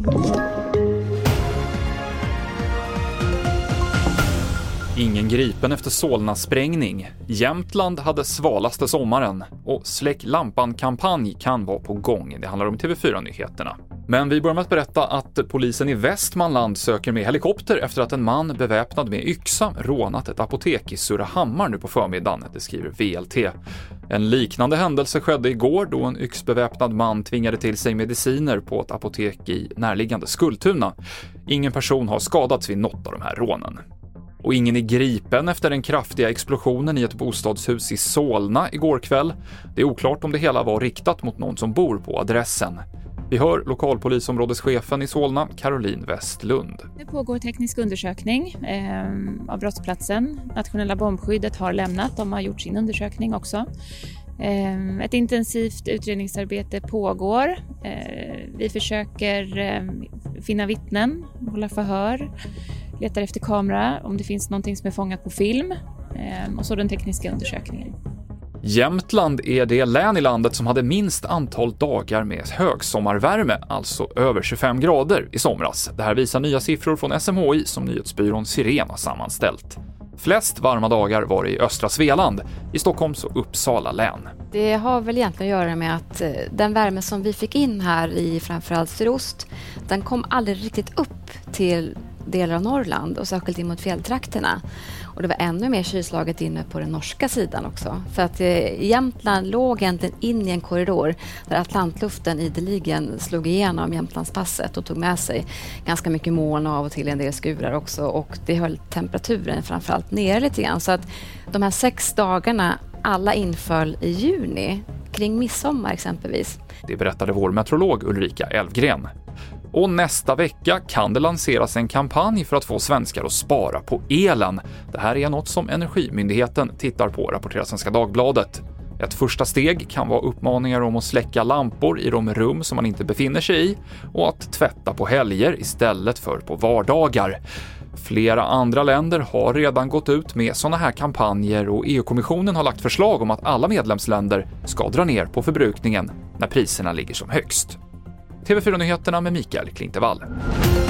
Ingen gripen efter Solna-sprängning. Jämtland hade svalaste sommaren och Släck lampan-kampanj kan vara på gång. Det handlar om TV4-nyheterna. Men vi börjar med att berätta att polisen i Västmanland söker med helikopter efter att en man beväpnad med yxa rånat ett apotek i Surahammar nu på förmiddagen, det skriver VLT. En liknande händelse skedde igår då en yxbeväpnad man tvingade till sig mediciner på ett apotek i närliggande Skultuna. Ingen person har skadats vid något av de här rånen. Och ingen är gripen efter den kraftiga explosionen i ett bostadshus i Solna igår kväll. Det är oklart om det hela var riktat mot någon som bor på adressen. Vi hör lokalpolisområdeschefen i Solna, Caroline Westlund. Det pågår teknisk undersökning av brottsplatsen. Nationella bombskyddet har lämnat, de har gjort sin undersökning också. Ett intensivt utredningsarbete pågår. Vi försöker finna vittnen, hålla förhör, letar efter kamera om det finns någonting som är fångat på film och så den tekniska undersökningen. Jämtland är det län i landet som hade minst antal dagar med högsommarvärme, alltså över 25 grader i somras. Det här visar nya siffror från SMHI som nyhetsbyrån Siren har sammanställt. Flest varma dagar var i östra Svealand, i Stockholms och Uppsala län. Det har väl egentligen att göra med att den värme som vi fick in här i framförallt sydost, den kom aldrig riktigt upp till delar av Norrland och särskilt in mot fjälltrakterna. Och det var ännu mer kylslaget inne på den norska sidan också. Så att Jämtland låg egentligen in i en korridor där Atlantluften ideligen slog igenom Jämtlandspasset och tog med sig ganska mycket moln av och till en del skurar också. Och det höll temperaturen framförallt ner lite grann. Så att de här 6 dagarna alla inföll i juni, kring midsommar exempelvis. Det berättade vår meteorolog Ulrika Elfgren. Och nästa vecka kan det lanseras en kampanj för att få svenskar att spara på elen. Det här är något som Energimyndigheten tittar på, rapporterar Svenska Dagbladet. Ett första steg kan vara uppmaningar om att släcka lampor i de rum som man inte befinner sig i och att tvätta på helger istället för på vardagar. Flera andra länder har redan gått ut med sådana här kampanjer och EU-kommissionen har lagt förslag om att alla medlemsländer ska dra ner på förbrukningen när priserna ligger som högst. TV4-nyheterna med Mikael Klintevall.